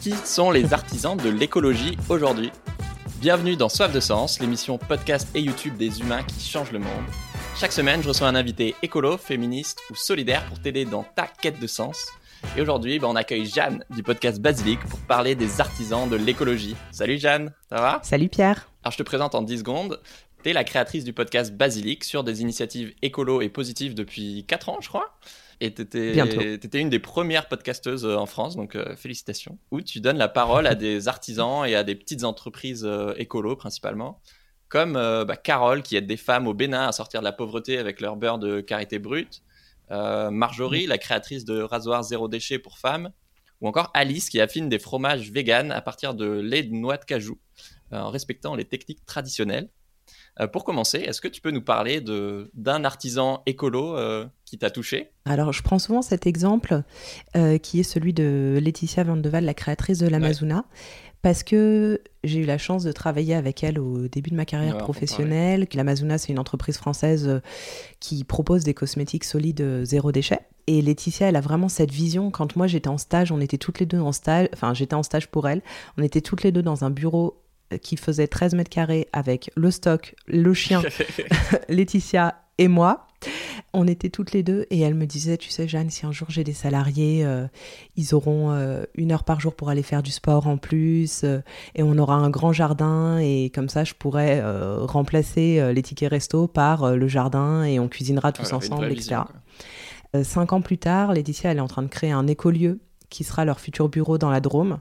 Qui sont les artisans de l'écologie aujourd'hui ? Bienvenue dans Soif de Sens, l'émission podcast et YouTube des humains qui changent le monde. Chaque semaine, je reçois un invité écolo, féministe ou solidaire pour t'aider dans ta quête de sens. Et aujourd'hui, on accueille Jeanne du podcast Basilic pour parler des artisans de l'écologie. Salut Jeanne, ça va ? Salut Pierre. Alors je te présente en 10 secondes. T'es la créatrice du podcast Basilic sur des initiatives écolo et positives depuis 4 ans, je crois. Et t'étais une des premières podcasteuses en France, donc félicitations. Où tu donnes la parole à des artisans et à des petites entreprises écolo principalement, comme Carole qui aide des femmes au Bénin à sortir de la pauvreté avec leur beurre de karité brute, Marjorie, la créatrice de rasoirs zéro déchet pour femmes, ou encore Alice qui affine des fromages véganes à partir de lait de noix de cajou, en respectant les techniques traditionnelles. Pour commencer, est-ce que tu peux nous parler d'un artisan écolo qui t'a touché ? Alors, je prends souvent cet exemple qui est celui de Laetitia Van de Waal, la créatrice de l'Amazona, parce que j'ai eu la chance de travailler avec elle au début de ma carrière professionnelle. L'Amazona, c'est une entreprise française qui propose des cosmétiques solides zéro déchet. Et Laetitia, elle a vraiment cette vision. Quand moi, j'étais en stage, on était toutes les deux en stage, enfin, j'étais en stage pour elle, on était toutes les deux dans un bureau qui faisait 13 mètres carrés avec le stock, le chien, Laetitia et moi. On était toutes les deux et elle me disait, tu sais Jeanne, si un jour j'ai des salariés, ils auront 1 heure par jour pour aller faire du sport en plus et on aura un grand jardin et comme ça je pourrais remplacer les tickets resto par le jardin et on cuisinera tous ensemble, etc. 5 ans plus tard, Laetitia elle est en train de créer un écolieu qui sera leur futur bureau dans la Drôme.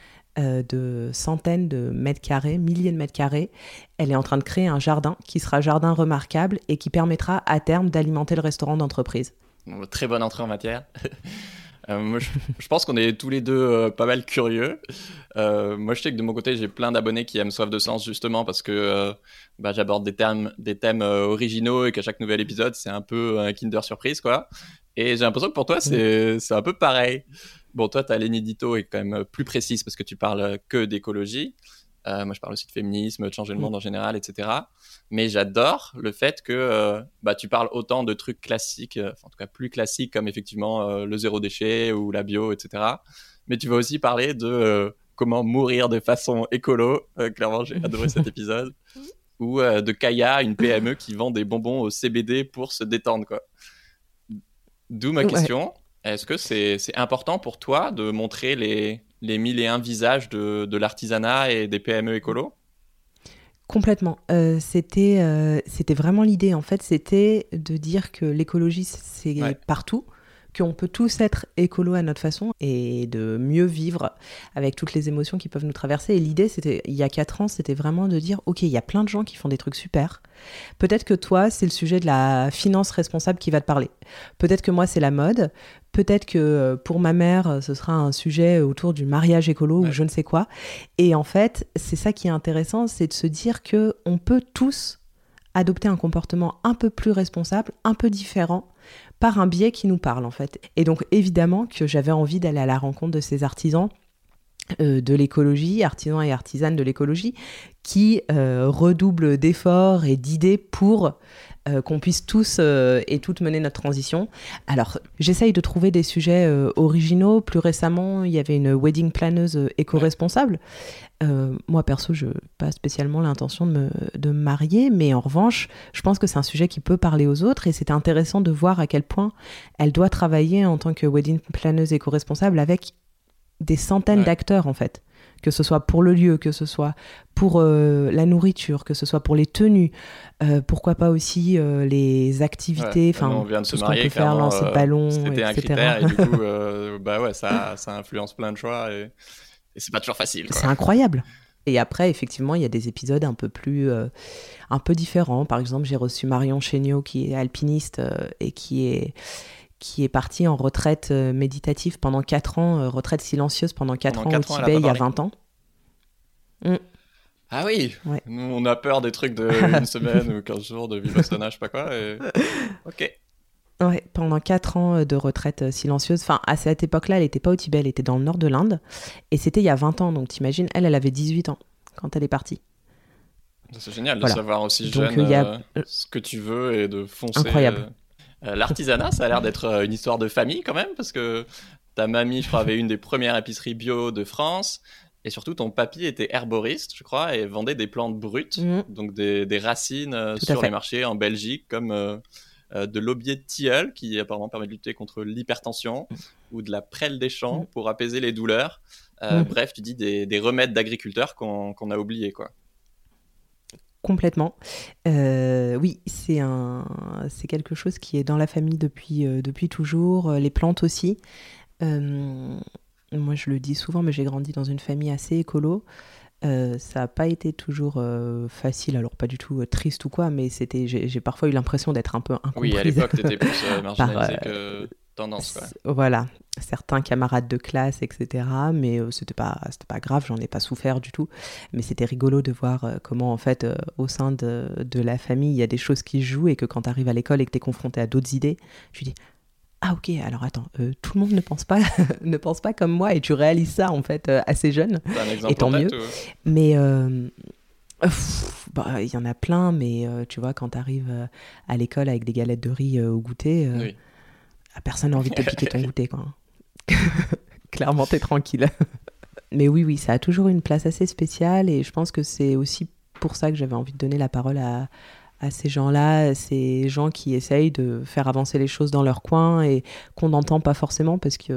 De centaines de mètres carrés, milliers de mètres carrés. Elle est en train de créer un jardin qui sera jardin remarquable et qui permettra à terme d'alimenter le restaurant d'entreprise. Très bonne entrée en matière. Moi, je pense qu'on est tous les deux pas mal curieux. Moi, je sais que de mon côté, j'ai plein d'abonnés qui aiment Soif de Sens justement parce que j'aborde des thèmes originaux et qu'à chaque nouvel épisode, c'est un peu un Kinder Surprise, quoi. Et j'ai l'impression que pour toi, c'est un peu pareil. Bon, toi, ta ligne édito est quand même plus précise parce que tu parles que d'écologie. Moi, je parle aussi de féminisme, de changer le monde en général, etc. Mais j'adore le fait que tu parles autant de trucs classiques, en tout cas plus classiques, comme effectivement le zéro déchet ou la bio, etc. Mais tu vas aussi parler de comment mourir de façon écolo. Clairement, j'ai adoré cet épisode. Ou de Kaya, une PME qui vend des bonbons au CBD pour se détendre, quoi. D'où ma question. Est-ce que c'est important pour toi de montrer les 1001 visages de l'artisanat et des PME écolo ? Complètement. C'était vraiment l'idée, en fait. C'était de dire que l'écologie, c'est partout, qu'on peut tous être écolo à notre façon et de mieux vivre avec toutes les émotions qui peuvent nous traverser. Et l'idée, il y a 4 ans, c'était vraiment de dire, OK, il y a plein de gens qui font des trucs super. Peut-être que toi, c'est le sujet de la finance responsable qui va te parler. Peut-être que moi, c'est la mode. Peut-être que pour ma mère, ce sera un sujet autour du mariage écolo ou je ne sais quoi. Et en fait, c'est ça qui est intéressant, c'est de se dire qu'on peut tous adopter un comportement un peu plus responsable, un peu différent, par un biais qui nous parle en fait. Et donc évidemment que j'avais envie d'aller à la rencontre de ces artisans de l'écologie, artisans et artisanes de l'écologie, qui redoublent d'efforts et d'idées pour qu'on puisse tous et toutes mener notre transition. Alors, j'essaye de trouver des sujets originaux. Plus récemment, il y avait une wedding planeuse éco-responsable. Moi, perso, je n'ai pas spécialement l'intention de me marier, mais en revanche, je pense que c'est un sujet qui peut parler aux autres et c'était intéressant de voir à quel point elle doit travailler en tant que wedding planeuse éco-responsable avec des centaines d'acteurs, en fait. Que ce soit pour le lieu, que ce soit pour la nourriture, que ce soit pour les tenues, pourquoi pas aussi les activités, on vient de tout se ce marier, qu'on peut faire, lancer de ballons, c'était etc. un critère et du coup, ça influence plein de choix et c'est pas toujours facile, quoi. C'est incroyable. Et après, effectivement, il y a des épisodes un peu différents. Par exemple, j'ai reçu Marion Chéniaud, qui est alpiniste et qui est partie en retraite méditative pendant 4 ans, retraite silencieuse pendant 4 ans au Tibet il y a 20 ans. Ah oui, nous on a peur des trucs de 1 semaine ou 15 jours de Vipassana, je sais pas quoi. Et... Ok. Ouais, pendant 4 ans de retraite silencieuse. Enfin, à cette époque-là, elle n'était pas au Tibet, elle était dans le nord de l'Inde. Et c'était il y a 20 ans, donc t'imagines, elle avait 18 ans quand elle est partie. C'est génial de savoir aussi jeune ce que tu veux et de foncer. Incroyable. L'artisanat, ça a l'air d'être une histoire de famille quand même, parce que Ta mamie, je crois, avait une des premières épiceries bio de France. Et surtout, ton papy était herboriste, je crois, et vendait des plantes brutes, Mhm, donc des racines tout à sur les fait. marchés en Belgique, comme de l'aubier de tilleul, qui apparemment permet de lutter contre l'hypertension, ou de la prêle des champs Mhm, pour apaiser les douleurs. mhm, Bref, tu dis des remèdes d'agriculteurs qu'on a oubliés, quoi. complètement. Oui, c'est quelque chose qui est dans la famille depuis toujours. Les plantes aussi. Euh, Moi, je le dis souvent, mais j'ai grandi dans une famille assez écolo. Ça n'a pas été toujours facile, alors pas du tout triste ou quoi, mais j'ai parfois eu l'impression d'être un peu Oui, à incomprise l'époque, tu étais plus par marginalisé que tendance, quoi. voilà, certains camarades de classe, etc. Mais c'était pas grave, j'en ai pas souffert du tout. Mais c'était rigolo de voir comment, en fait, au sein de la famille, il y a des choses qui se jouent et que quand tu arrives à l'école et que tu es confronté à d'autres idées, tu dis ah ok, alors attends, tout le monde ne pense pas, ne pense pas comme moi et tu réalises ça en fait assez jeune, T'as un et exemple en tant mieux. tête ou... Mais bah, il y en a plein, mais tu vois, quand tu arrives à l'école avec des galettes de riz au goûter, Oui. personne n'a envie de te piquer ton goûter, quoi. Clairement, t'es tranquille. Mais oui, oui, ça a toujours une place assez spéciale et je pense que c'est aussi pour ça que j'avais envie de donner la parole à ces gens-là, ces gens qui essayent de faire avancer les choses dans leur coin et qu'on n'entend pas forcément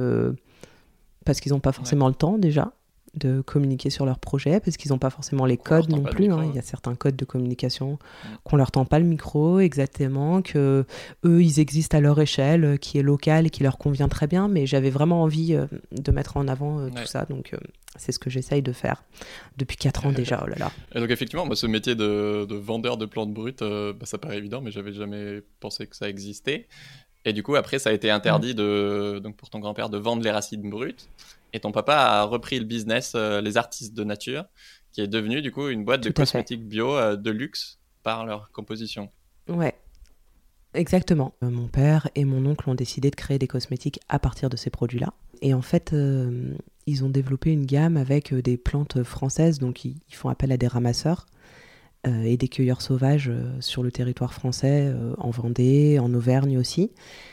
parce qu'ils n'ont pas Ouais. forcément le temps déjà de communiquer sur leur projet, parce qu'ils n'ont pas forcément les Qu'on leur codes tend non pas de plus, hein. micro. Il y a certains codes de communication Mm. qu'on leur tend pas le micro exactement, que eux ils existent à leur échelle, qui est locale et qui leur convient très bien, mais j'avais vraiment envie de mettre en avant tout Ouais. ça, donc c'est ce que j'essaye de faire depuis 4 ans déjà, oh là là. Et donc effectivement, moi, ce métier de vendeur de plantes brutes, bah, ça paraît évident, mais j'avais jamais pensé que ça existait. Et du coup, après, ça a été Mm, interdit donc pour ton grand-père de vendre les racines brutes. Et ton papa a repris le business, les artistes de nature, qui est devenu du coup une boîte de tout à fait. cosmétiques bio de luxe par leur composition. Ouais, exactement. Mon père et mon oncle ont décidé de créer des cosmétiques à partir de ces produits-là. Et en fait, ils ont développé une gamme avec des plantes françaises, donc ils font appel à des ramasseurs et des cueilleurs sauvages sur le territoire français, en Vendée, en Auvergne aussi.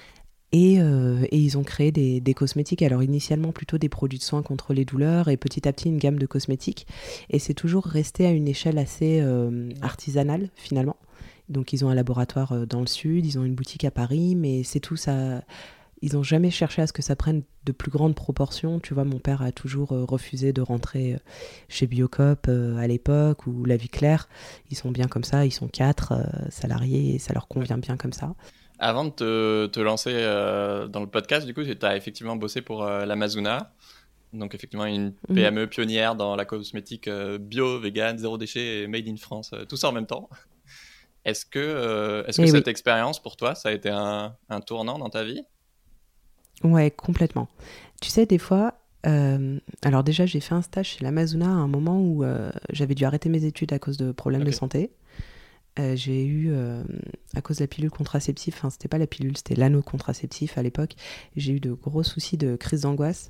Et ils ont créé des cosmétiques, alors initialement plutôt des produits de soins contre les douleurs, et petit à petit une gamme de cosmétiques. Et c'est toujours resté à une échelle assez Ouais. artisanale finalement. Donc ils ont un laboratoire dans le sud, ils ont une boutique à Paris, mais c'est tout ça. Ils n'ont jamais cherché à ce que ça prenne de plus grandes proportions. Tu vois, mon père a toujours refusé de rentrer chez Biocop à l'époque, ou La Vie Claire. Ils sont bien comme ça, ils sont 4 salariés et ça leur Ouais. convient bien comme ça. Avant de te lancer dans le podcast, du coup, tu as effectivement bossé pour l'Amazona. Donc effectivement, une Mhm. PME pionnière dans la cosmétique bio, vegan, zéro déchet et made in France, tout ça en même temps. Est-ce que Et oui, cette expérience pour toi, ça a été un tournant dans ta vie? ouais, complètement. Tu sais, des fois, alors déjà, j'ai fait un stage chez l'Amazona à un moment où j'avais dû arrêter mes études à cause de problèmes de Ok. santé. J'ai eu, à cause de la pilule contraceptive, enfin, c'était pas la pilule, c'était l'anneau contraceptif à l'époque, j'ai eu de gros soucis de crise d'angoisse,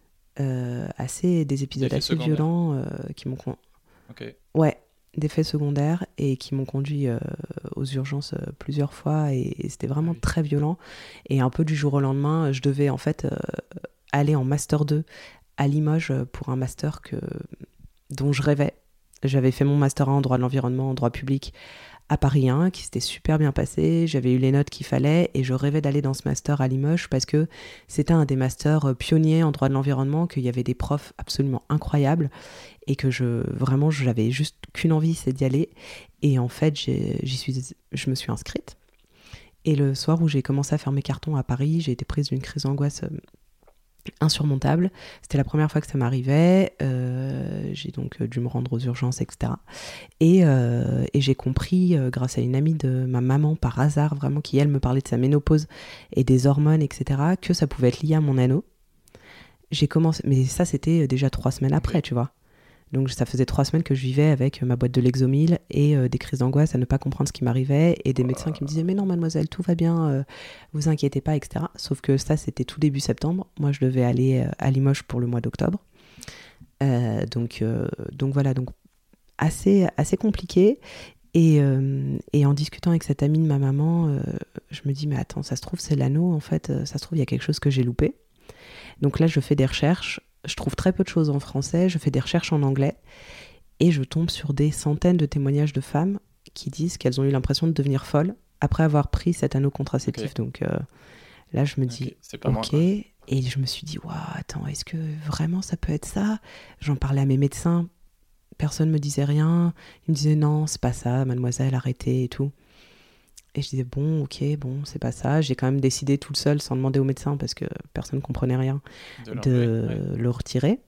des épisodes Effet assez secondaire. violents Ok. ouais, d'effets secondaires et qui m'ont conduit aux urgences plusieurs fois et c'était Ah vraiment oui. très violent. Et un peu du jour au lendemain, je devais en fait aller en master 2 à Limoges pour un master dont je rêvais. J'avais fait mon master 1 en droit de l'environnement, en droit public à Paris 1, qui s'était super bien passé. J'avais eu les notes qu'il fallait et je rêvais d'aller dans ce master à Limoges parce que c'était un des masters pionniers en droit de l'environnement, qu'il y avait des profs absolument incroyables et que vraiment, j'avais juste qu'une envie, c'est d'y aller. Et en fait, je me suis inscrite. Et le soir où j'ai commencé à faire mes cartons à Paris, j'ai été prise d'une crise d'angoisse insurmontable. C'était la première fois que ça m'arrivait. J'ai donc dû me rendre aux urgences, etc. Et j'ai compris, grâce à une amie de ma maman, par hasard, vraiment, qui, elle, me parlait de sa ménopause et des hormones, etc., que ça pouvait être lié à mon anneau. J'ai commencé, mais ça, c'était déjà 3 semaines après, Ok. tu vois. Donc ça faisait 3 semaines que je vivais avec ma boîte de Lexomil et des crises d'angoisse à ne pas comprendre ce qui m'arrivait et des médecins qui me disaient mais non mademoiselle tout va bien, vous inquiétez pas, etc. Sauf que ça c'était tout début septembre, moi je devais aller à Limoges pour le mois d'octobre. Donc voilà, donc assez compliqué. Et en discutant avec cette amie de ma maman, je me dis mais attends, ça se trouve c'est l'anneau en fait, ça se trouve il y a quelque chose que j'ai loupé. Donc là, je fais des recherches. Je trouve très peu de choses en français. Je fais des recherches en anglais. Et je tombe sur des centaines de témoignages de femmes qui disent qu'elles ont eu l'impression de devenir folles après avoir pris cet anneau contraceptif. Okay. Donc là, je me dis, c'est pas moi, ok. quoi. Et je me suis dit, waouh, attends, est-ce que vraiment ça peut être ça? J'en parlais à mes médecins. Personne me disait rien. Ils me disaient, non, c'est pas ça, mademoiselle, arrêtez et tout. Et je disais, bon, ok, bon, c'est pas ça. J'ai quand même décidé toute seule, sans demander au médecin, parce que personne ne comprenait rien, de le retirer.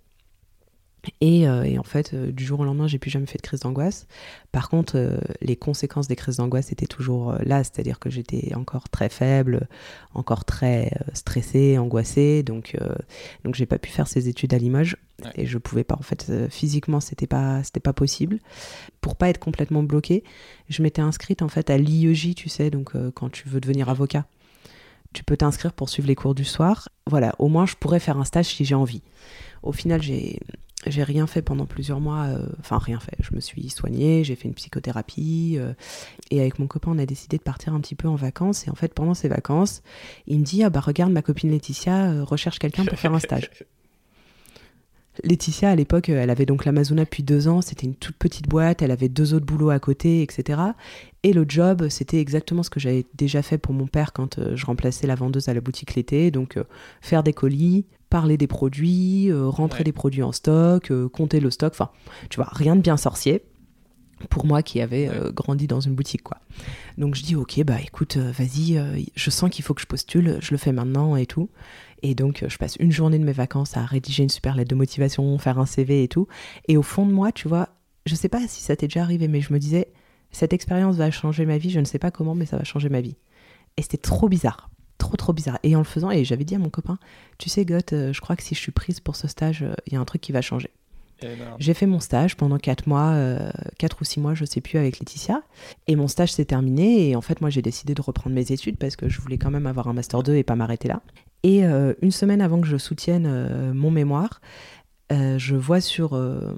Et en fait, du jour au lendemain, j'ai plus jamais fait de crise d'angoisse. Par contre, les conséquences des crises d'angoisse étaient toujours là, c'est-à-dire que j'étais encore très faible, encore très stressée, angoissée, donc j'ai pas pu faire ces études à Limoges et je pouvais pas. En fait, physiquement, c'était pas possible. Pour pas être complètement bloquée, je m'étais inscrite en fait à l'IEJ, tu sais, donc quand tu veux devenir avocat. Tu peux t'inscrire pour suivre les cours du soir. Voilà, au moins je pourrais faire un stage si j'ai envie. Au final, j'ai rien fait pendant plusieurs mois. Enfin, rien fait. Je me suis soignée, j'ai fait une psychothérapie. Et avec mon copain, on a décidé de partir un petit peu en vacances. Et en fait, pendant ces vacances, il me dit, ah bah regarde, ma copine Laetitia recherche quelqu'un pour faire un stage. Laetitia, à l'époque, elle avait donc l'Amazona depuis 2 ans. C'était une toute petite boîte. Elle avait 2 autres boulots à côté, etc. Et le job, c'était exactement ce que j'avais déjà fait pour mon père quand je remplaçais la vendeuse à la boutique l'été. Donc, faire des colis, parler des produits, rentrer des produits en stock, compter le stock. Enfin, tu vois, rien de bien sorcier pour moi qui avait grandi dans une boutique, quoi. Donc, je dis, ok, bah écoute, vas-y, je sens qu'il faut que je postule. Je le fais maintenant et tout. Et donc, je passe une journée de mes vacances à rédiger une super lettre de motivation, faire un CV et tout. Et au fond de moi, tu vois, je sais pas si ça t'est déjà arrivé, mais je me disais, cette expérience va changer ma vie, je ne sais pas comment, mais ça va changer ma vie. Et c'était trop bizarre, trop bizarre. Et en le faisant, et j'avais dit à mon copain, tu sais, Goth, je crois que si je suis prise pour ce stage, il y a un truc qui va changer. J'ai fait mon stage pendant 4 mois, 4 ou 6 mois, je sais plus, avec Laetitia. Et mon stage s'est terminé. Et en fait, moi, j'ai décidé de reprendre mes études parce que je voulais quand même avoir un Master 2 et pas m'arrêter là. Et une semaine avant que je soutienne mon mémoire, je vois sur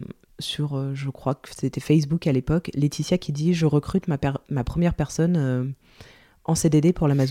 je crois que c'était Facebook à l'époque, Laetitia qui dit « Je recrute ma première personne en CDD pour l'Amazona ».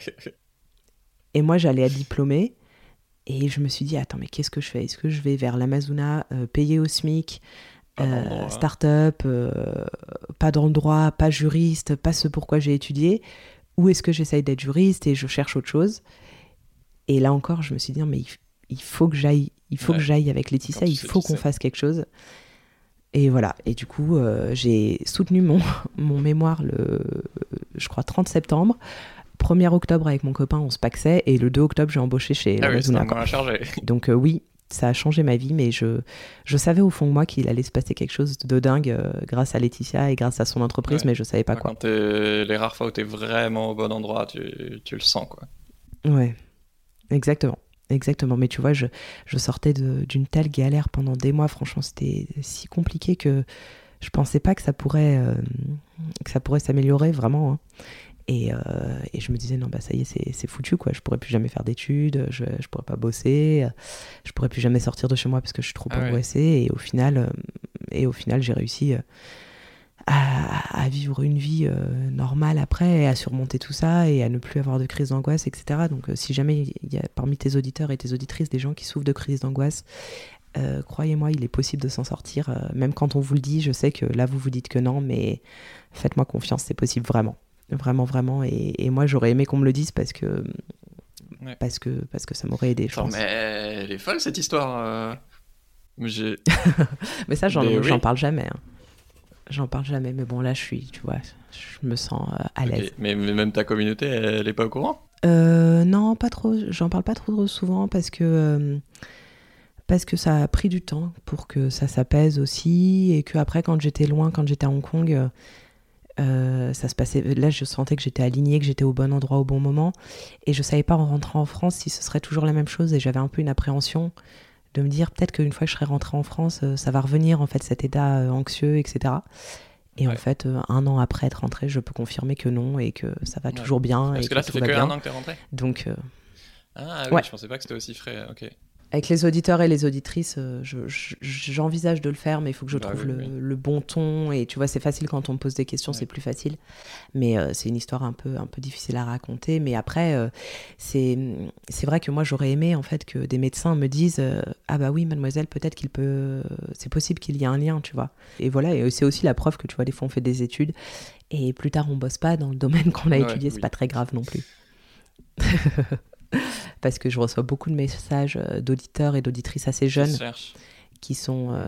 Et moi, j'allais être diplômée. Et je me suis dit, attends, mais qu'est-ce que je fais? Est-ce que je vais vers l'Amazona, payé au SMIC, start-up, pas dans le droit, pas juriste, pas ce pourquoi j'ai étudié? Ou est-ce que j'essaye d'être juriste et je cherche autre chose? Et là encore, je me suis dit, non, mais il faut que j'aille, que j'aille avec Laetitia, il faut qu'on fasse quelque chose. Et voilà. Et du coup, j'ai soutenu mon mémoire je crois, 30 septembre. 1er octobre, avec mon copain, on se paxait. Et le 2 octobre, j'ai embauché chez l'Amazona. Donc oui, ça a changé ma vie. Mais je savais au fond de moi qu'il allait se passer quelque chose de dingue grâce à Laetitia et grâce à son entreprise, mais je savais pas quoi. Quand les rares fois où tu es vraiment au bon endroit, tu le sens, quoi. Ouais, exactement. Mais tu vois, je sortais d'une telle galère pendant des mois. Franchement, c'était si compliqué que je pensais pas que ça pourrait s'améliorer, vraiment, hein. Et je me disais, non, bah ça y est, c'est foutu, quoi. Je pourrais plus jamais faire d'études, je pourrais pas bosser, je pourrais plus jamais sortir de chez moi parce que je suis trop angoissée. Et au final, j'ai réussi à vivre une vie normale après, et à surmonter tout ça, et à ne plus avoir de crise d'angoisse, etc. Donc, si jamais il y a parmi tes auditeurs et tes auditrices des gens qui souffrent de crise d'angoisse, croyez-moi, il est possible de s'en sortir. Même quand on vous le dit, je sais que là, vous dites que non, mais faites-moi confiance, c'est possible, vraiment. Vraiment. Et moi, j'aurais aimé qu'on me le dise parce que ça m'aurait aidé, je pense. Mais elle est folle, cette histoire. Mais ça, j'en parle jamais. Hein. J'en parle jamais. Mais bon, là, je me sens à l'aise. Mais même ta communauté, elle est pas au courant? Non, pas trop. J'en parle pas trop souvent parce que ça a pris du temps pour que ça s'apaise aussi. Et qu'après, quand j'étais loin, quand j'étais à Hong Kong... ça se passait, là je sentais que j'étais alignée, que j'étais au bon endroit au bon moment, et je savais pas en rentrant en France si ce serait toujours la même chose, et j'avais un peu une appréhension de me dire peut-être qu'une fois que je serai rentrée en France, ça va revenir, en fait, cet état anxieux, etc. Et en fait, 1 an après être rentrée, je peux confirmer que non, et que ça va toujours bien. Parce que là, ça fait que 1 an que t'es rentrée. Donc je pensais pas que c'était aussi frais. Ok. Avec les auditeurs et les auditrices, j'envisage de le faire, mais il faut que je trouve le bon ton. Et tu vois, c'est facile quand on me pose des questions, c'est plus facile. Mais c'est une histoire un peu difficile à raconter. Mais après, c'est vrai que moi, j'aurais aimé en fait que des médecins me disent ah bah oui, mademoiselle, peut-être c'est possible qu'il y ait un lien, tu vois. Et voilà, et c'est aussi la preuve que tu vois, des fois on fait des études et plus tard on bosse pas dans le domaine qu'on a étudié, c'est pas très grave non plus. Parce que je reçois beaucoup de messages d'auditeurs et d'auditrices assez jeunes qui sont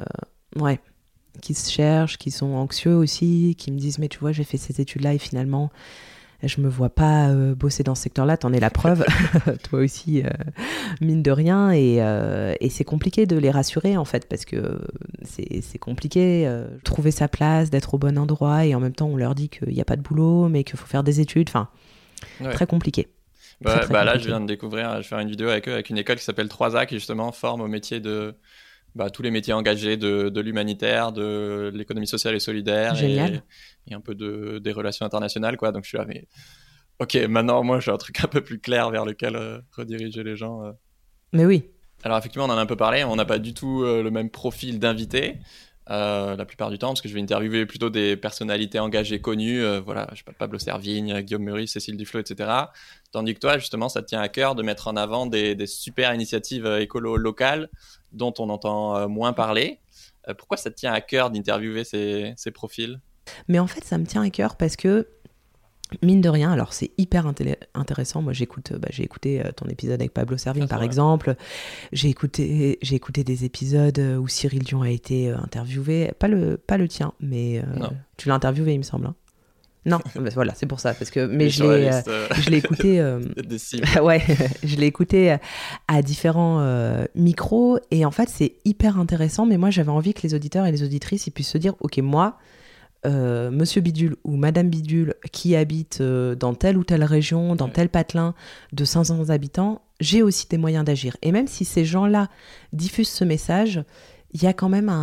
qui se cherchent, qui sont anxieux aussi, qui me disent mais tu vois, j'ai fait ces études là et finalement je me vois pas bosser dans ce secteur-là, t'en es la preuve, toi aussi, mine de rien, et c'est compliqué de les rassurer en fait, parce que c'est compliqué, trouver sa place, d'être au bon endroit, et en même temps on leur dit qu'il n'y a pas de boulot, mais qu'il faut faire des études, enfin, très compliqué. Très compliqué. Là, je viens de découvrir, je vais faire une vidéo avec eux, avec une école qui s'appelle 3A, qui justement forme au métier de... tous les métiers engagés de l'humanitaire, de l'économie sociale et solidaire, et un peu des relations internationales, quoi. Donc je suis là, mais ok, maintenant moi j'ai un truc un peu plus clair vers lequel rediriger les gens. Mais oui. Alors effectivement, on en a un peu parlé, on n'a pas du tout le même profil d'invité la plupart du temps, parce que je vais interviewer plutôt des personnalités engagées connues, voilà, je sais pas, Pablo Servigne, Guillaume Meurice, Cécile Duflot, etc. Tandis que toi, justement, ça te tient à cœur de mettre en avant des super initiatives écolo locales dont on entend moins parler. Pourquoi ça te tient à cœur d'interviewer ces profils ? Mais en fait, ça me tient à cœur parce que, mine de rien, alors c'est hyper intéressant. Moi, j'ai écouté ton épisode avec Pablo Servigne, par exemple. J'ai écouté des épisodes où Cyril Dion a été interviewé. Pas le tien, mais tu l'as interviewé, il me semble. Hein. Non, voilà, c'est pour ça. Parce que, mais je l'ai écouté. Ouais, je l'ai écouté à différents micros. Et en fait, c'est hyper intéressant. Mais moi, j'avais envie que les auditeurs et les auditrices ils puissent se dire ok, moi, Monsieur Bidule ou Madame Bidule qui habite dans telle ou telle région, dans tel patelin de 500 habitants, j'ai aussi des moyens d'agir. Et même si ces gens-là diffusent ce message, il y a quand même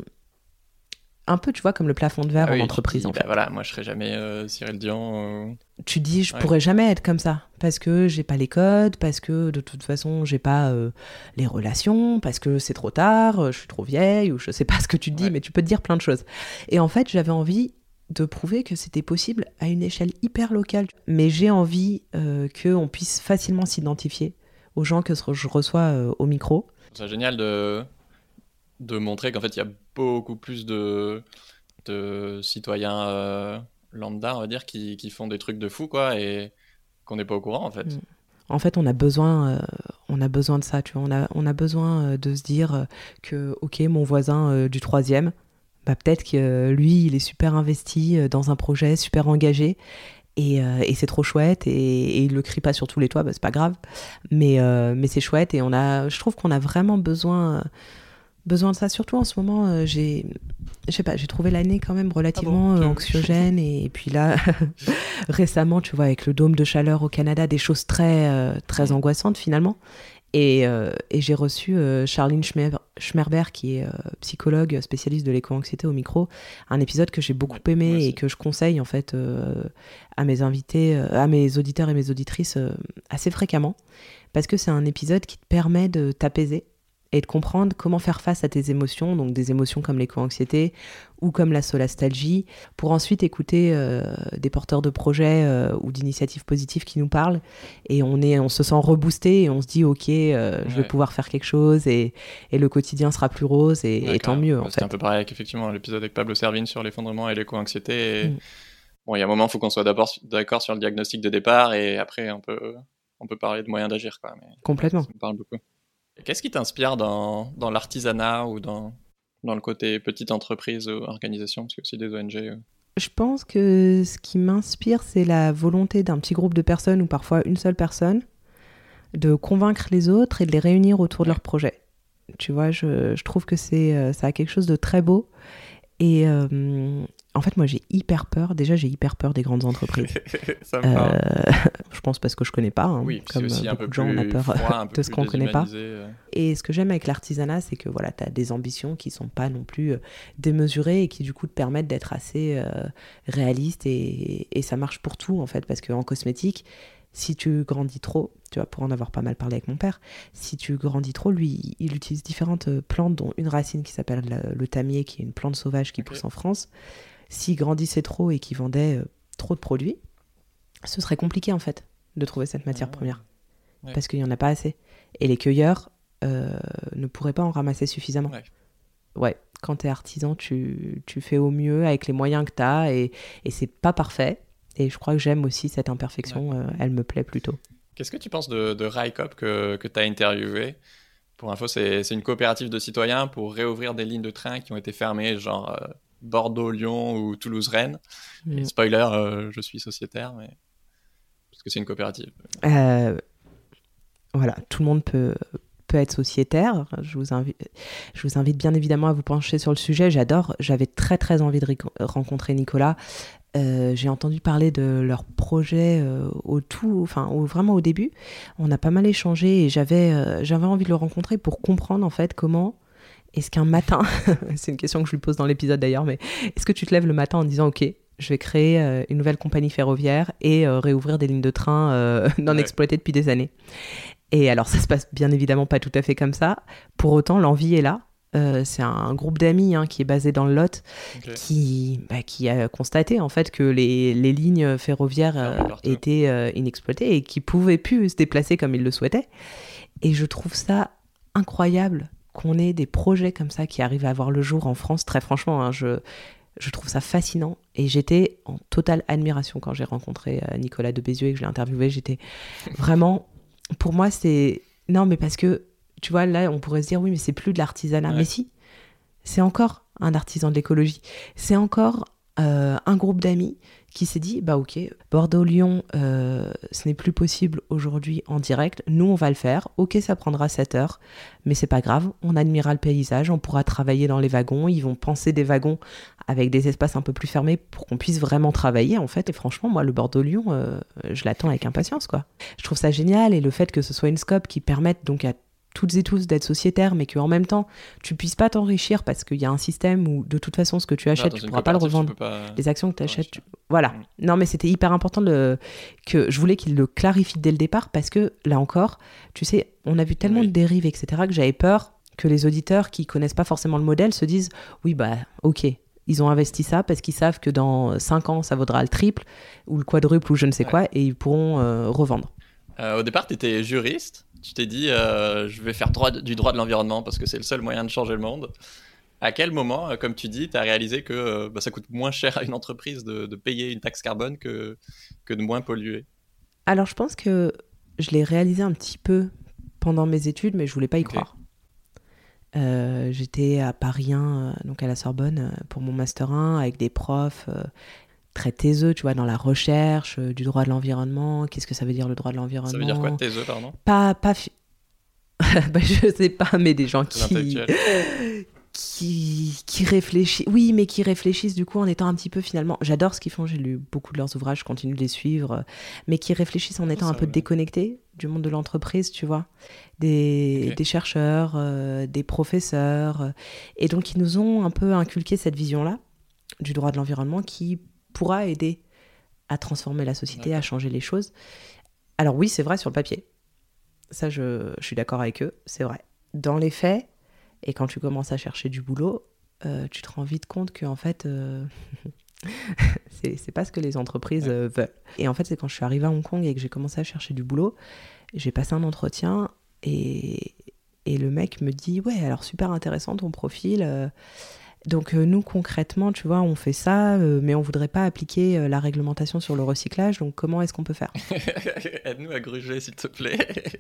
un peu, tu vois, comme le plafond de verre en entreprise. En fait. Voilà, moi je serais jamais Cyril Dion. Tu dis, je pourrais jamais être comme ça parce que j'ai pas les codes, parce que de toute façon j'ai pas les relations, parce que c'est trop tard, je suis trop vieille, ou je sais pas ce que tu te dis, mais tu peux te dire plein de choses. Et en fait, j'avais envie de prouver que c'était possible à une échelle hyper locale. Mais j'ai envie qu'on puisse facilement s'identifier aux gens que je reçois au micro. C'est génial de montrer qu'en fait il y a beaucoup plus de citoyens lambda, on va dire, qui font des trucs de fou, quoi, et qu'on n'est pas au courant, en fait. En fait, on a besoin de ça, tu vois. On a besoin de se dire que, ok, mon voisin du 3e, bah, peut-être que lui, il est super investi dans un projet, super engagé, et c'est trop chouette, et il le crie pas sur tous les toits, bah, c'est pas grave, mais c'est chouette, et je trouve qu'on a vraiment besoin de ça, surtout en ce moment. J'ai trouvé l'année quand même relativement anxiogène, et puis là récemment, tu vois, avec le dôme de chaleur au Canada, des choses très angoissantes finalement, et j'ai reçu Charline Schmerber, qui est psychologue spécialiste de l'éco-anxiété, au micro, un épisode que j'ai beaucoup aimé et que je conseille en fait à mes invités, à mes auditeurs et mes auditrices assez fréquemment, parce que c'est un épisode qui te permet de t'apaiser et de comprendre comment faire face à tes émotions, donc des émotions comme l'éco-anxiété ou comme la solastalgie, pour ensuite écouter des porteurs de projets ou d'initiatives positives qui nous parlent, et on se sent reboosté, et on se dit ok, je vais pouvoir faire quelque chose, et le quotidien sera plus rose, et tant mieux. C'était un peu pareil avec effectivement l'épisode avec Pablo Servigne sur l'effondrement et l'éco-anxiété. Bon, il y a un moment, il faut qu'on soit d'abord d'accord sur le diagnostic de départ, et après on peut parler de moyens d'agir, quoi. Mais complètement. Ça me parle beaucoup. Qu'est-ce qui t'inspire dans l'artisanat ou dans le côté petite entreprise ou organisation, parce que c'est des ONG Je pense que ce qui m'inspire, c'est la volonté d'un petit groupe de personnes, ou parfois une seule personne, de convaincre les autres et de les réunir autour de leur projet. Tu vois, je trouve que ça a quelque chose de très beau. Et en fait, moi, j'ai hyper peur. Déjà, j'ai hyper peur des grandes entreprises. Ça me parle. Je pense parce que je connais pas. Oui, comme aussi beaucoup de gens, on a peur de ce qu'on connaît pas. Ouais. Et ce que j'aime avec l'artisanat, c'est que voilà, tu as des ambitions qui sont pas non plus démesurées, et qui du coup te permettent d'être assez réaliste, et ça marche pour tout en fait, parce qu'en cosmétique, Si tu grandis trop, tu vois, pour en avoir pas mal parlé avec mon père, si tu grandis trop, lui, il utilise différentes plantes, dont une racine qui s'appelle le tamier, qui est une plante sauvage qui pousse en France. S'il grandissait trop et qu'il vendait trop de produits, ce serait compliqué en fait de trouver cette matière première. Parce qu'il n'y en a pas assez. Et les cueilleurs ne pourraient pas en ramasser suffisamment. Ouais, quand tu es artisan, tu fais au mieux avec les moyens que tu as et c'est pas parfait. Et je crois que j'aime aussi cette imperfection, elle me plaît plutôt. Qu'est-ce que tu penses de Railcoop que tu as interviewé? Pour info, c'est une coopérative de citoyens pour réouvrir des lignes de train qui ont été fermées, genre Bordeaux-Lyon ou Toulouse-Rennes. Et spoiler, je suis sociétaire, mais parce que c'est une coopérative. Voilà, tout le monde peut être sociétaire. Je vous invite bien évidemment à vous pencher sur le sujet. J'avais très très envie de rencontrer Nicolas. J'ai entendu parler de leur projet vraiment au début. On a pas mal échangé et j'avais envie de le rencontrer pour comprendre en fait comment est-ce qu'un matin, c'est une question que je lui pose dans l'épisode d'ailleurs, mais est-ce que tu te lèves le matin en disant ok, je vais créer une nouvelle compagnie ferroviaire et réouvrir des lignes de train non exploitées depuis des années. Et alors ça se passe bien évidemment pas tout à fait comme ça. Pour autant, l'envie est là. C'est un groupe d'amis qui est basé dans le Lot qui a constaté en fait que les lignes ferroviaires étaient inexploitées et qui pouvaient plus se déplacer comme ils le souhaitaient. Et je trouve ça incroyable qu'on ait des projets comme ça qui arrivent à voir le jour en France. Très franchement, je trouve ça fascinant et j'étais en totale admiration quand j'ai rencontré Nicolas de Bézieux et que je l'ai interviewé. J'étais vraiment, pour moi c'est... Non mais parce que tu vois, là, on pourrait se dire, oui, mais c'est plus de l'artisanat. Mais si, c'est encore un artisan de l'écologie. C'est encore un groupe d'amis qui s'est dit, bah ok, Bordeaux-Lyon, ce n'est plus possible aujourd'hui en direct. Nous, on va le faire. Ok, ça prendra 7 heures, mais c'est pas grave. On admirera le paysage, on pourra travailler dans les wagons. Ils vont penser des wagons avec des espaces un peu plus fermés pour qu'on puisse vraiment travailler, en fait. Et franchement, moi, le Bordeaux-Lyon, je l'attends avec impatience, quoi. Je trouve ça génial. Et le fait que ce soit une scope qui permette donc à toutes et tous d'être sociétaires, mais qu'en même temps, tu puisses pas t'enrichir parce qu'il y a un système où, de toute façon, ce que tu achètes, tu pourras pas le revendre. Les actions que tu achètes, voilà. Non, mais c'était hyper important que je voulais qu'il le clarifie dès le départ parce que, là encore, tu sais, on a vu tellement de dérives, etc., que j'avais peur que les auditeurs qui connaissent pas forcément le modèle se disent « Oui, bah, ok, ils ont investi ça parce qu'ils savent que dans 5 ans, ça vaudra le triple ou le quadruple ou je ne sais quoi et ils pourront revendre. » Au départ, tu étais juriste. Tu t'es dit, je vais faire du droit de l'environnement parce que c'est le seul moyen de changer le monde. À quel moment, comme tu dis, tu as réalisé que ça coûte moins cher à une entreprise de payer une taxe carbone que de moins polluer? Alors, je pense que je l'ai réalisé un petit peu pendant mes études, mais je voulais pas y croire. J'étais à Paris 1, donc à la Sorbonne, pour mon Master 1, avec des profs très taiseux, tu vois, dans la recherche du droit de l'environnement. Qu'est-ce que ça veut dire le droit de l'environnement? Ça veut dire quoi, taiseux, pardon? Bah, je sais pas, mais des gens qui réfléchissent. Oui, mais qui réfléchissent du coup en étant un petit peu finalement... J'adore ce qu'ils font, j'ai lu beaucoup de leurs ouvrages, je continue de les suivre, mais qui réfléchissent en étant un peu déconnectés du monde de l'entreprise, tu vois. Des chercheurs, des professeurs, et donc ils nous ont un peu inculqué cette vision-là du droit de l'environnement qui pourra aider à transformer la société, à changer les choses. Alors oui, c'est vrai sur le papier. Ça, je suis d'accord avec eux, c'est vrai. Dans les faits, et quand tu commences à chercher du boulot, tu te rends vite compte que en fait, c'est pas ce que les entreprises veulent. Et en fait, c'est quand je suis arrivée à Hong Kong et que j'ai commencé à chercher du boulot, j'ai passé un entretien et le mec me dit « Ouais, alors super intéressant ton profil. Donc nous, concrètement, tu vois, on fait ça, mais on voudrait pas appliquer la réglementation sur le recyclage. Donc comment est-ce qu'on peut faire ?» Aide-nous à gruger, s'il te plaît.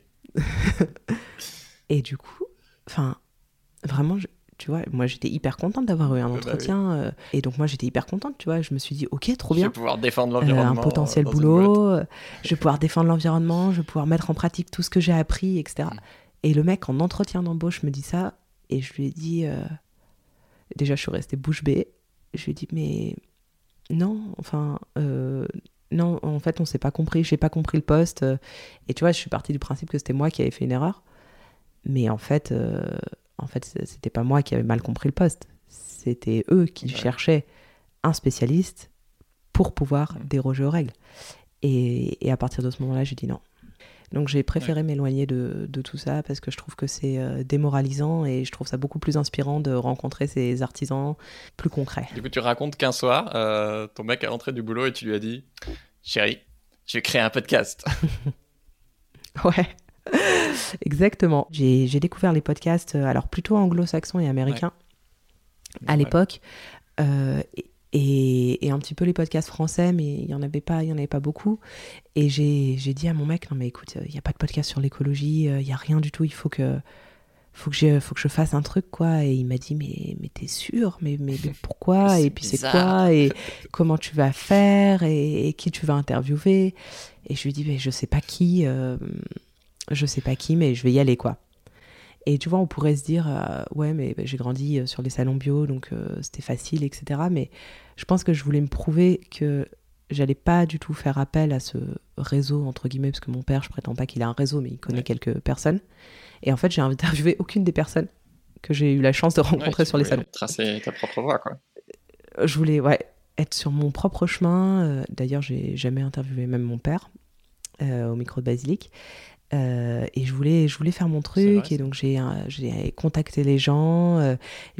Et du coup, enfin, vraiment, tu vois, moi j'étais hyper contente d'avoir eu un entretien. Et donc moi j'étais hyper contente, tu vois. Je me suis dit, ok, trop bien. Je vais pouvoir défendre l'environnement. Un potentiel boulot. Je vais pouvoir défendre l'environnement. Je vais pouvoir mettre en pratique tout ce que j'ai appris, etc. Et le mec, en entretien d'embauche, me dit ça. Et je lui ai dit... Déjà, je suis restée bouche bée. Je lui ai dit, mais non, enfin, non, en fait, on s'est pas compris, j'ai pas compris le poste. Et tu vois, je suis partie du principe que c'était moi qui avais fait une erreur. Mais en fait, c'était pas moi qui avais mal compris le poste. C'était eux qui cherchaient un spécialiste pour pouvoir déroger aux règles. Et à partir de ce moment-là, j'ai dit non. Donc j'ai préféré m'éloigner de tout ça parce que je trouve que c'est démoralisant et je trouve ça beaucoup plus inspirant de rencontrer ces artisans plus concrets. Du coup, tu racontes qu'un soir, ton mec est rentré du boulot et tu lui as dit « Chérie, je vais créer un podcast. » Ouais, exactement. J'ai découvert les podcasts, alors plutôt anglo-saxons et américains à l'époque. Et un petit peu les podcasts français, mais il y en avait pas beaucoup. Et j'ai dit à mon mec, non mais écoute, il y a pas de podcast sur l'écologie, il y a rien du tout, il faut que je fasse un truc, quoi. Et il m'a dit, mais t'es sûr, mais pourquoi? Et puis c'est quoi? Et comment tu vas faire? Et qui tu vas interviewer? Et je lui dis, mais je sais pas qui, mais je vais y aller, quoi. Et tu vois, on pourrait se dire, ouais, mais j'ai grandi sur les salons bio, donc c'était facile, etc. Mais je pense que je voulais me prouver que j'allais pas du tout faire appel à ce réseau, entre guillemets, parce que mon père, je prétends pas qu'il a un réseau, mais il connaît quelques personnes. Et en fait, j'ai interviewé aucune des personnes que j'ai eu la chance de rencontrer sur les salons. Tracer ta propre voie, quoi. Je voulais, être sur mon propre chemin. D'ailleurs, j'ai jamais interviewé même mon père au micro de Basilic. Et je voulais faire mon truc, et donc j'ai contacté les gens,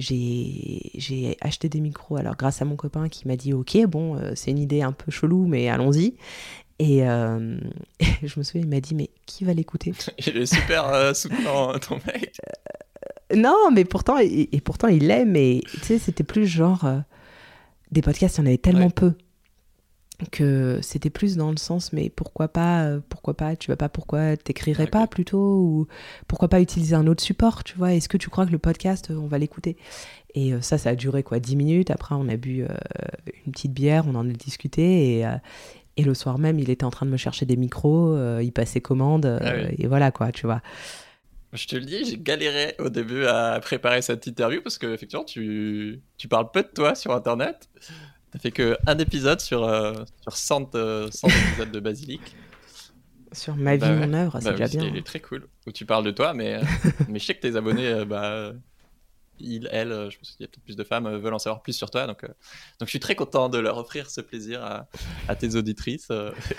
j'ai acheté des micros, alors grâce à mon copain qui m'a dit ok, bon, c'est une idée un peu chelou mais allons-y, et je me souviens, il m'a dit mais qui va l'écouter? Il est super soutenant, ton mec. Non, mais pourtant il l'aime, et tu sais, c'était plus genre des podcasts, il y en avait tellement peu que c'était plus dans le sens, mais pourquoi pas, pourquoi t'écrirais pas plutôt, ou pourquoi pas utiliser un autre support, tu vois, est-ce que tu crois que le podcast, on va l'écouter? Et ça a duré 10 minutes, après on a bu une petite bière, on en a discuté, et le soir même, il était en train de me chercher des micros, il passait commande, et voilà, quoi, tu vois. Je te le dis, j'ai galéré au début à préparer cette interview, parce que effectivement, tu parles peu de toi sur Internet. T'as fait qu'un épisode sur 100 épisodes de Basilic. Sur ma vie, mon œuvre, c'est déjà bien. Il est très cool. Où tu parles de toi, mais je sais que tes abonnés, elles, je pense qu'il y a peut-être plus de femmes, veulent en savoir plus sur toi. Donc je suis très content de leur offrir ce plaisir à tes auditrices.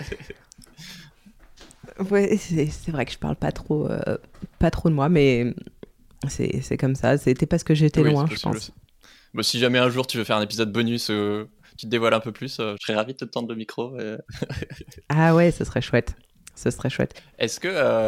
Ouais, c'est vrai que je parle pas trop de moi, mais c'est comme ça. C'était parce que j'étais loin, je pense. Bon, si jamais un jour tu veux faire un épisode bonus, tu te dévoiles un peu plus, je serais ravi de te tendre le micro. Ah ouais, ce serait chouette. Ce serait chouette. Est-ce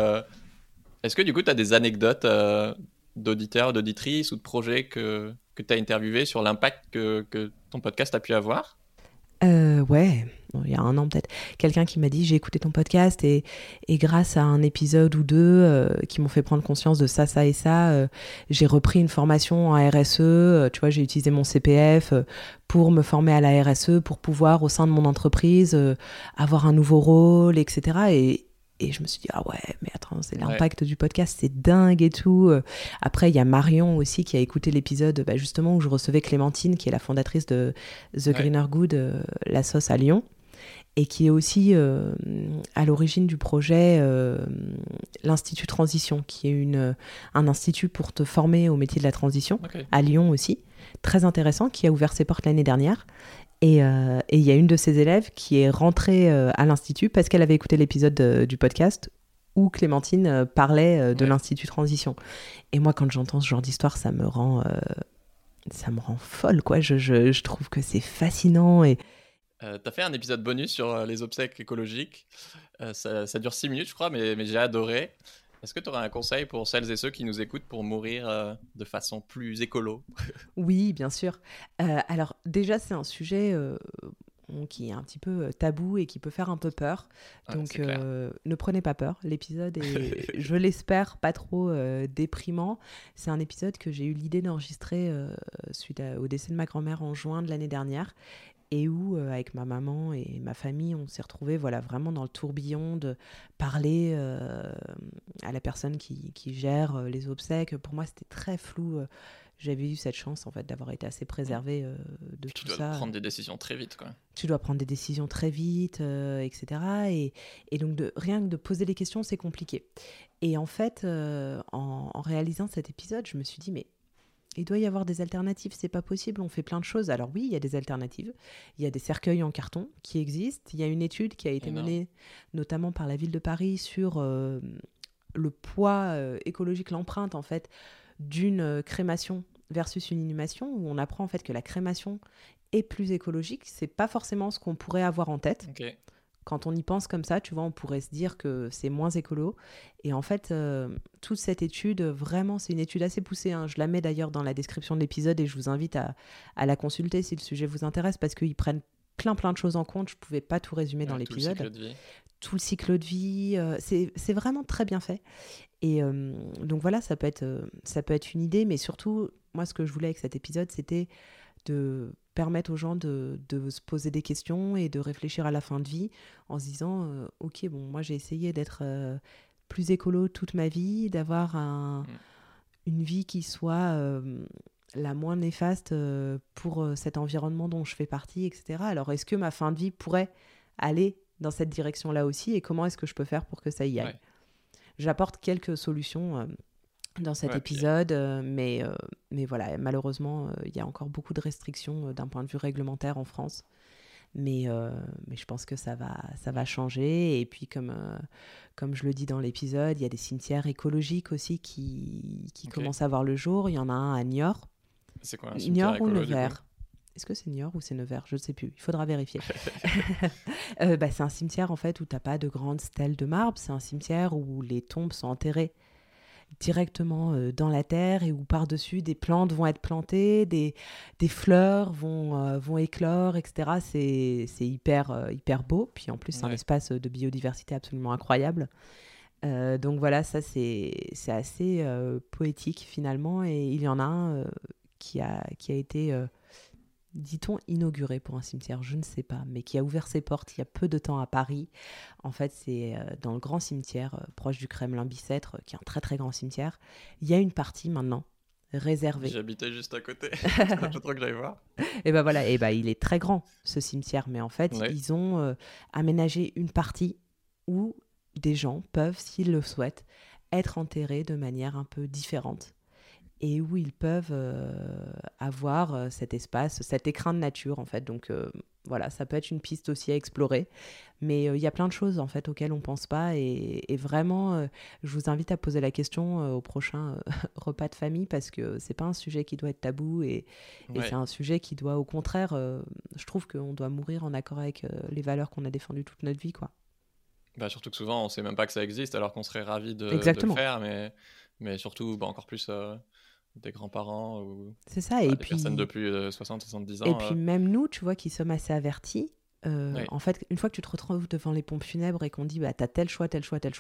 que du coup, tu as des anecdotes d'auditeurs, d'auditrices ou de projets que tu as interviewés sur l'impact que ton podcast a pu avoir? Ouais, il y a un an peut-être. Quelqu'un qui m'a dit, j'ai écouté ton podcast, et grâce à un épisode ou deux qui m'ont fait prendre conscience de ça et ça, j'ai repris une formation en RSE, tu vois, j'ai utilisé mon CPF pour me former à la RSE, pour pouvoir au sein de mon entreprise avoir un nouveau rôle, etc. Et je me suis dit, ah ouais, mais attends, c'est l'impact du podcast, c'est dingue et tout. Après, il y a Marion aussi qui a écouté l'épisode justement où je recevais Clémentine, qui est la fondatrice de The Greener Good, la sauce à Lyon, et qui est aussi à l'origine du projet l'Institut Transition, qui est un institut pour te former au métier de la transition, à Lyon aussi, très intéressant, qui a ouvert ses portes l'année dernière. Et il y a une de ses élèves qui est rentrée à l'Institut parce qu'elle avait écouté l'épisode du podcast où Clémentine parlait de l'Institut Transition. Et moi, quand j'entends ce genre d'histoire, ça me rend folle, quoi. Je trouve que c'est fascinant. Et t'as fait un épisode bonus sur les obsèques écologiques. Ça dure 6 minutes, je crois, mais j'ai adoré. Est-ce que tu aurais un conseil pour celles et ceux qui nous écoutent pour mourir de façon plus écolo? Oui, bien sûr. Alors déjà, c'est un sujet qui est un petit peu tabou et qui peut faire un peu peur. Donc ne prenez pas peur. L'épisode est, je l'espère, pas trop déprimant. C'est un épisode que j'ai eu l'idée d'enregistrer suite au décès de ma grand-mère en juin de l'année dernière. Et où, avec ma maman et ma famille, on s'est retrouvés vraiment dans le tourbillon de parler à la personne qui gère les obsèques. Pour moi, c'était très flou. J'avais eu cette chance, en fait, d'avoir été assez préservée de tout ça. Tu dois prendre des décisions très vite, quoi. Tu dois prendre des décisions très vite, etc. Et donc, rien que de poser les questions, c'est compliqué. Et en fait, en réalisant cet épisode, je me suis dit, mais il doit y avoir des alternatives, c'est pas possible, on fait plein de choses. Alors oui, il y a des alternatives. Il y a des cercueils en carton qui existent. Il y a une étude qui a été menée notamment par la ville de Paris sur le poids écologique, l'empreinte en fait d'une crémation versus une inhumation, où on apprend en fait que la crémation est plus écologique. C'est pas forcément ce qu'on pourrait avoir en tête. Ok. Quand on y pense comme ça, tu vois, on pourrait se dire que c'est moins écolo. Et en fait, toute cette étude, vraiment, c'est une étude assez poussée, hein. Je la mets d'ailleurs dans la description de l'épisode et je vous invite à la consulter si le sujet vous intéresse, parce qu'ils prennent plein de choses en compte. Je ne pouvais pas tout résumer dans l'épisode. Tout le cycle de vie. Tout le cycle de vie, c'est vraiment très bien fait. Et donc voilà, ça peut être une idée, mais surtout, moi, ce que je voulais avec cet épisode, c'était de permettre aux gens de se poser des questions et de réfléchir à la fin de vie en se disant ok, bon, moi j'ai essayé d'être plus écolo toute ma vie, d'avoir une vie qui soit la moins néfaste pour cet environnement dont je fais partie, etc. Alors est-ce que ma fin de vie pourrait aller dans cette direction-là aussi, et comment est-ce que je peux faire pour que ça y aille? J'apporte quelques solutions dans cet épisode, mais voilà, malheureusement, il y a encore beaucoup de restrictions d'un point de vue réglementaire en France. Mais je pense que ça va changer. Et puis, comme je le dis dans l'épisode, il y a des cimetières écologiques aussi qui commencent à voir le jour. Il y en a un à Niort. C'est quoi un cimetière écolo, ou Nevers? Est-ce que c'est Niort ou c'est Nevers? Je ne sais plus. Il faudra vérifier. C'est un cimetière en fait où tu n'as pas de grandes stèles de marbre. C'est un cimetière où les tombes sont enterrées directement dans la terre et où par-dessus des plantes vont être plantées, des fleurs vont éclore, etc. C'est hyper beau. Puis en plus, c'est un espace de biodiversité absolument incroyable. Donc voilà, ça c'est assez poétique finalement. Et il y en a un qui a été... dit-on inauguré pour un cimetière, je ne sais pas, mais qui a ouvert ses portes il y a peu de temps à Paris. En fait, c'est dans le grand cimetière proche du Kremlin-Bicêtre, qui est un très très grand cimetière. Il y a une partie maintenant réservée. J'habitais juste à côté, c'est pas trop que j'aille voir. Et ben voilà, il est très grand ce cimetière, mais en fait, ils ont aménagé une partie où des gens peuvent, s'ils le souhaitent, être enterrés de manière un peu différente, et où ils peuvent avoir cet espace, cet écrin de nature en fait. Donc voilà, ça peut être une piste aussi à explorer. Mais il y a plein de choses en fait auxquelles on pense pas, et vraiment, je vous invite à poser la question au prochain repas de famille, parce que c'est pas un sujet qui doit être tabou, et c'est un sujet qui doit, au contraire, je trouve qu'on doit mourir en accord avec les valeurs qu'on a défendues toute notre vie, quoi. Bah, surtout que souvent on sait même pas que ça existe, alors qu'on serait ravis de le faire, mais surtout encore plus des grands-parents ou c'est ça, et des puis, personnes de plus de 60-70 ans. Et puis même nous, tu vois, qui sommes assez avertis, en fait, une fois que tu te retrouves devant les pompes funèbres et qu'on dit t'as tel choix,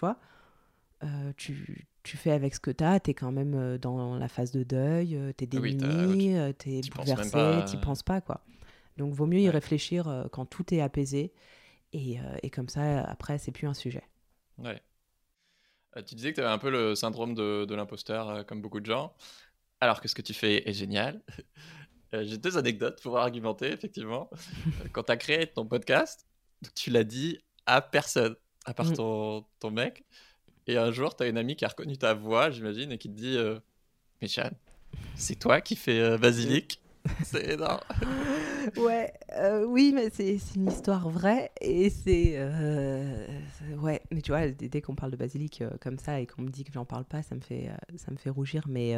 tu fais avec ce que t'as quand même dans la phase de deuil, t'es démuni, t'es bouleversé, t'y penses pas, quoi. Donc vaut mieux y réfléchir quand tout est apaisé, et comme ça, après, c'est plus un sujet. Ouais. Tu disais que tu avais un peu le syndrome de l'imposteur, comme beaucoup de gens, alors que ce que tu fais est génial. J'ai 2 anecdotes pour argumenter, effectivement. Quand tu as créé ton podcast, tu l'as dit à personne, à part ton mec. Et un jour, tu as une amie qui a reconnu ta voix, j'imagine, et qui te dit mais Jeanne, c'est toi qui fais Basilic? C'est énorme. Oui, mais c'est une histoire vraie, et ouais, mais tu vois, dès qu'on parle de Basilic comme ça et qu'on me dit que j'en parle pas, ça me fait rougir, mais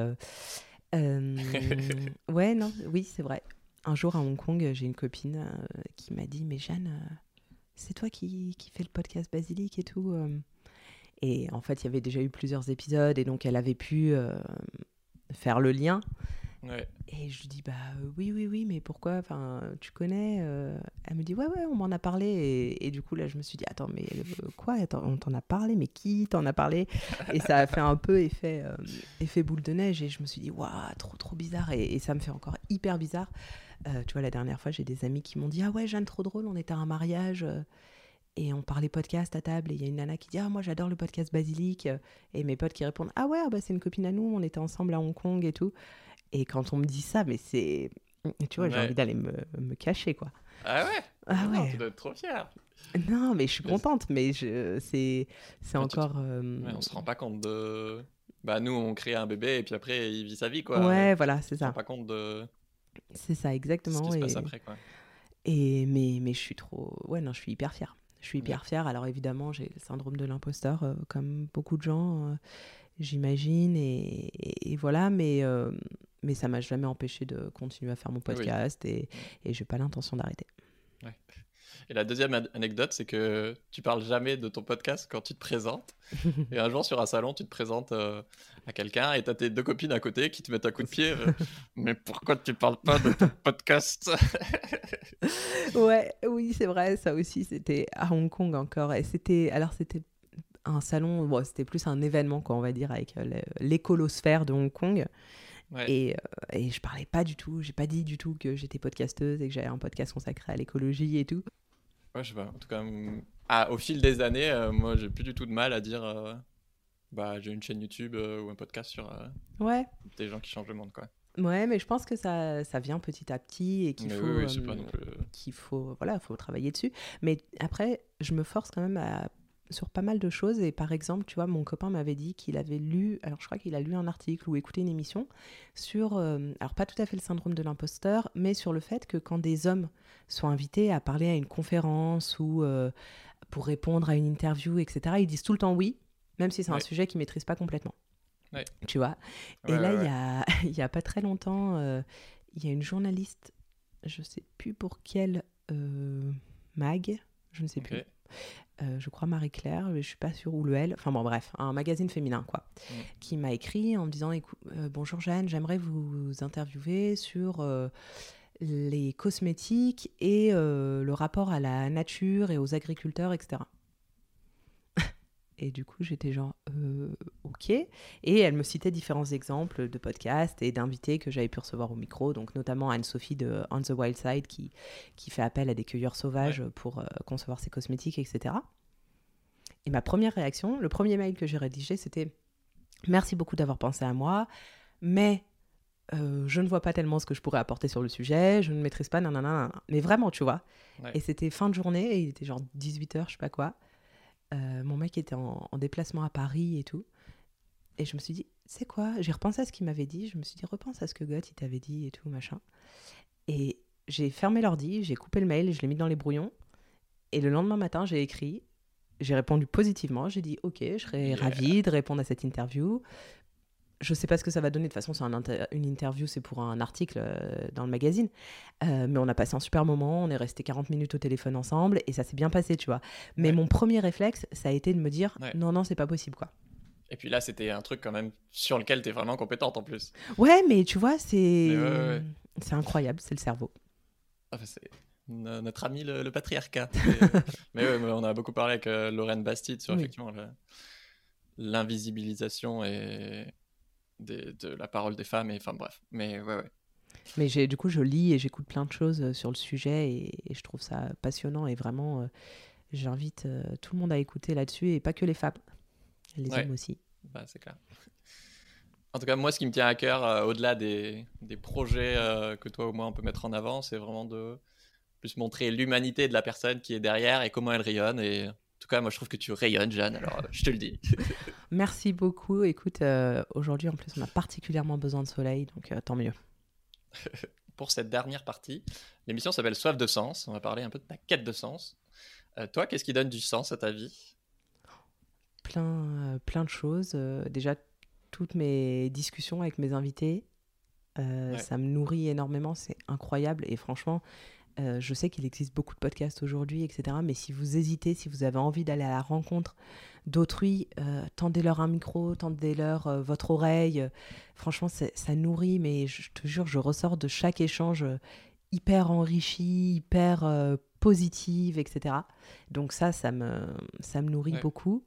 ouais, non, oui, c'est vrai. Un jour à Hong Kong, j'ai une copine qui m'a dit mais Jeanne, c'est toi qui fais le podcast Basilic et tout. Et en fait, il y avait déjà eu plusieurs épisodes, et donc elle avait pu faire le lien. Et je lui dis oui, mais pourquoi, enfin, tu connais Elle me dit ouais, on m'en a parlé, et du coup là je me suis dit attends, mais quoi, on t'en a parlé, mais qui t'en a parlé? Et ça a fait un peu effet boule de neige, et je me suis dit waouh, trop bizarre, et ça me fait encore hyper bizarre. Tu vois, la dernière fois, j'ai des amis qui m'ont dit ah ouais Jeanne, trop drôle, on était à un mariage et on parlait podcast à table, et il y a une nana qui dit ah moi j'adore le podcast Basilic, et mes potes qui répondent ah ouais, c'est une copine à nous, on était ensemble à Hong Kong et tout. Et quand on me dit ça, mais c'est... Tu vois, j'ai envie d'aller me cacher, quoi. Ah ouais? Non, tu dois être trop fière. Non, mais je suis contente, mais c'est encore... on se rend pas compte de bah nous on crée un bébé et puis après il vit sa vie quoi. Ouais, voilà, c'est On se rend ça. pas compte de C'est ça, ce qui exactement. se passe après quoi. Mais je suis trop... Ouais, non, je suis hyper fière. Je suis Ouais. hyper fière. Alors évidemment, j'ai le syndrome de l'imposteur, comme beaucoup de gens, j'imagine. Et voilà, mais ça m'a jamais empêché de continuer à faire mon Oui. podcast et j'ai pas l'intention d'arrêter. Ouais. Et la deuxième anecdote, c'est que tu parles jamais de ton podcast quand tu te présentes. Et un jour, sur un salon, tu te présentes à quelqu'un et t'as tes deux copines à côté qui te mettent un coup de pied. Mais pourquoi tu parles pas de ton podcast? Ouais, oui, c'est vrai, ça aussi, c'était à Hong Kong encore. Et c'était un salon, bon, c'était plus un événement, quoi, on va dire, avec l'écolosphère de Hong Kong. Ouais. Et je parlais pas du tout, j'ai pas dit du tout que j'étais podcasteuse et que j'avais un podcast consacré à l'écologie et tout. Ouais, je sais pas. En tout cas, au fil des années, moi, j'ai plus du tout de mal à dire bah, j'ai une chaîne YouTube ou un podcast sur Ouais, des gens qui changent le monde, quoi. ouais, mais je pense que ça vient petit à petit et Mais oui, oui, c'est pas non plus. voilà, faut travailler dessus. Mais après, je me force quand même sur pas mal de choses. Et par exemple, tu vois, mon copain m'avait dit qu'il avait lu, alors je crois qu'il a lu un article ou écouté une émission sur, alors pas tout à fait le syndrome de l'imposteur, mais sur le fait que quand des hommes sont invités à parler à une conférence ou pour répondre à une interview, etc., ils disent tout le temps oui, même si c'est un Ouais. sujet qu'ils maîtrisent pas complètement. Ouais. Tu vois. Ouais, Et là, ouais, ouais. il y a pas très longtemps, il y a une journaliste, je sais plus pour quel mag, je ne sais plus. Ok. Je crois Marie-Claire, mais je suis pas sûre où le L. Enfin bon, bref, un magazine féminin, quoi, qui m'a écrit en me disant bonjour Jeanne, j'aimerais vous interviewer sur les cosmétiques et le rapport à la nature et aux agriculteurs, etc. Et du coup, j'étais genre, ok. Et elle me citait différents exemples de podcasts et d'invités que j'avais pu recevoir au micro, donc notamment Anne-Sophie de On the Wild Side qui fait appel à des cueilleurs sauvages Ouais. pour concevoir ses cosmétiques, etc. Et ma première réaction, le premier mail que j'ai rédigé, c'était merci beaucoup d'avoir pensé à moi, mais je ne vois pas tellement ce que je pourrais apporter sur le sujet, je ne maîtrise pas, nanana. Mais vraiment, tu vois. Ouais. Et c'était fin de journée, et il était genre 18h, je sais pas quoi. Mon mec était en déplacement à Paris et tout. Et je me suis dit, c'est quoi? J'ai repensé à ce qu'il m'avait dit. Je me suis dit, repense à ce que Goth il t'avait dit et tout, machin. Et j'ai fermé l'ordi, j'ai coupé le mail, je l'ai mis dans les brouillons. Et le lendemain matin, j'ai écrit, j'ai répondu positivement. J'ai dit, ok, je serais ravie de répondre à cette interview. Je sais pas ce que ça va donner. De toute façon, c'est une interview, c'est pour un article dans le magazine. Mais on a passé un super moment. On est resté 40 minutes au téléphone ensemble et ça s'est bien passé, tu vois. Mais Ouais. mon premier réflexe, ça a été de me dire Ouais. non, c'est pas possible, quoi. Et puis là, c'était un truc quand même sur lequel t'es vraiment compétente en plus. Ouais, mais tu vois, Mais ouais, ouais, ouais. c'est incroyable, c'est le cerveau. Ah, bah, c'est notre ami le patriarcat. Mais ouais, mais on a beaucoup parlé avec Lorraine Bastide sur Oui. effectivement l'invisibilisation et de la parole des femmes. Et enfin bref. Mais ouais, ouais. Mais du coup, je lis et j'écoute plein de choses sur le sujet et je trouve ça passionnant et vraiment, j'invite tout le monde à écouter là-dessus et pas que les femmes, les Ouais. hommes aussi. Bah, c'est clair. En tout cas, moi, ce qui me tient à cœur, au-delà des projets que toi ou moi on peut mettre en avant, c'est vraiment de plus montrer l'humanité de la personne qui est derrière et comment elle rayonne. Et en tout cas, moi, je trouve que tu rayonnes, Jeanne, alors je te le dis. Merci beaucoup. Écoute, aujourd'hui, en plus, on a particulièrement besoin de soleil, donc tant mieux. Pour cette dernière partie, l'émission s'appelle Soif de sens. On va parler un peu de ta quête de sens. Toi, qu'est-ce qui donne du sens à ta vie? Plein de choses. Déjà, toutes mes discussions avec mes invités, Ouais. ça me nourrit énormément, c'est incroyable. Et franchement, je sais qu'il existe beaucoup de podcasts aujourd'hui, etc. Mais si vous hésitez, si vous avez envie d'aller à la rencontre d'autrui, tendez-leur un micro, tendez-leur votre oreille. Franchement, ça nourrit, mais je te jure, je ressors de chaque échange hyper enrichi, hyper positive, etc. Donc ça me nourrit Ouais. beaucoup.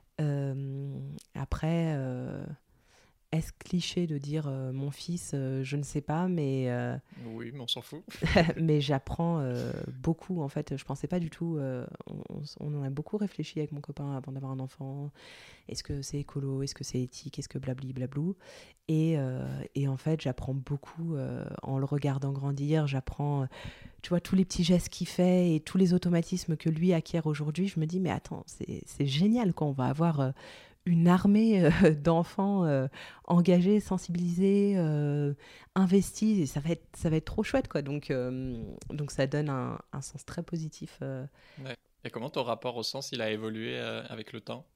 Après, est-ce cliché de dire mon fils, je ne sais pas, mais Oui, mais on s'en fout. mais j'apprends beaucoup en fait. Je pensais pas du tout. On en a beaucoup réfléchi avec mon copain avant d'avoir un enfant. Est-ce que c'est écolo? Est-ce que c'est éthique? Est-ce que blabli blablou? Et en fait, j'apprends beaucoup en le regardant grandir. J'apprends, tu vois, tous les petits gestes qu'il fait et tous les automatismes que lui acquiert aujourd'hui. Je me dis, mais attends, c'est génial quand on va avoir une armée d'enfants engagés, sensibilisés, investis, et ça va être trop chouette, quoi. Donc ça donne un sens très positif. Ouais. Et comment ton rapport au sens, il a évolué avec le temps?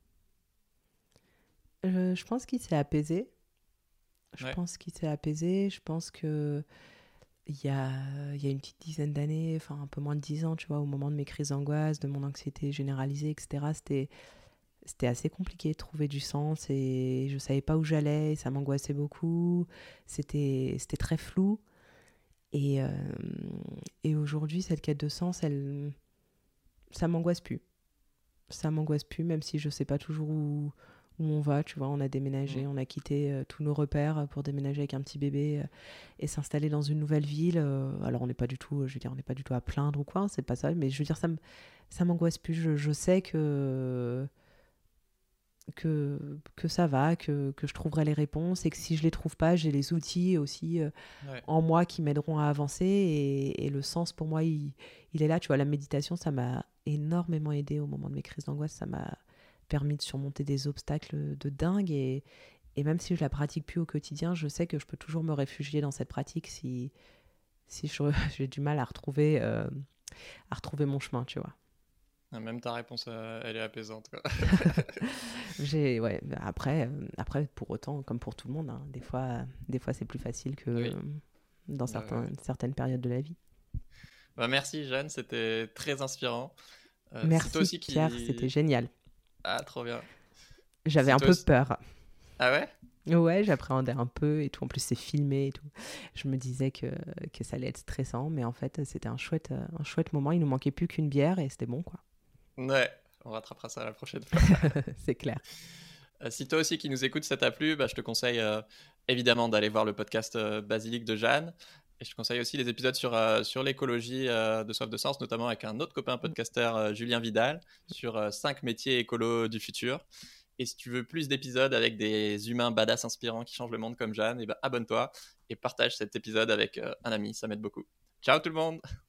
Je pense qu'il s'est apaisé. Ouais. Je pense que il y a une petite dizaine d'années, enfin un peu moins de 10 ans, tu vois, au moment de mes crises d'angoisse, de mon anxiété généralisée, etc., c'était assez compliqué de trouver du sens et je savais pas où j'allais, et ça m'angoissait beaucoup. C'était très flou. Et, euh, et aujourd'hui, cette quête de sens, ça m'angoisse plus. Ça m'angoisse plus, même si je sais pas toujours où on va. Tu vois, on a Mm. déménagé, on a quitté tous nos repères pour déménager avec un petit bébé et s'installer dans une nouvelle ville. Alors, on n'est pas du tout, je veux dire, on n'est pas du tout à plaindre ou quoi, c'est pas ça. Mais je veux dire, ça m'angoisse plus. Je sais que ça va, que je trouverai les réponses et que si je les trouve pas, j'ai les outils aussi Ouais. en moi qui m'aideront à avancer et le sens pour moi, il est là. Tu vois, la méditation, ça m'a énormément aidé au moment de mes crises d'angoisse. Ça m'a permis de surmonter des obstacles de dingue et même si je la pratique plus au quotidien, je sais que je peux toujours me réfugier dans cette pratique si j'ai du mal à retrouver mon chemin, tu vois. Même ta réponse, elle est apaisante, quoi. Ouais, après, pour autant, comme pour tout le monde, hein, des fois c'est plus facile que Oui. dans Ouais. certaines périodes de la vie. Bah, merci Jeanne, c'était très inspirant. Si toi Merci aussi Pierre, c'était qui... génial. Ah, trop bien. J'avais Si un toi peu aussi... peur. Ah ouais? Ouais, j'appréhendais un peu et tout. En plus, c'est filmé et tout. Je me disais que ça allait être stressant, mais en fait, c'était un chouette moment. Il nous manquait plus qu'une bière et c'était bon, quoi. Ouais, on rattrapera ça la prochaine fois. C'est clair. Si toi aussi qui nous écoutes, ça t'a plu, bah, je te conseille évidemment d'aller voir le podcast Basilique de Jeanne. Et je te conseille aussi les épisodes sur l'écologie de Soif de Sens, notamment avec un autre copain podcasteur, Julien Vidal, sur 5 métiers écolos du futur. Et si tu veux plus d'épisodes avec des humains badass inspirants qui changent le monde comme Jeanne, et bah, abonne-toi et partage cet épisode avec un ami, ça m'aide beaucoup. Ciao tout le monde!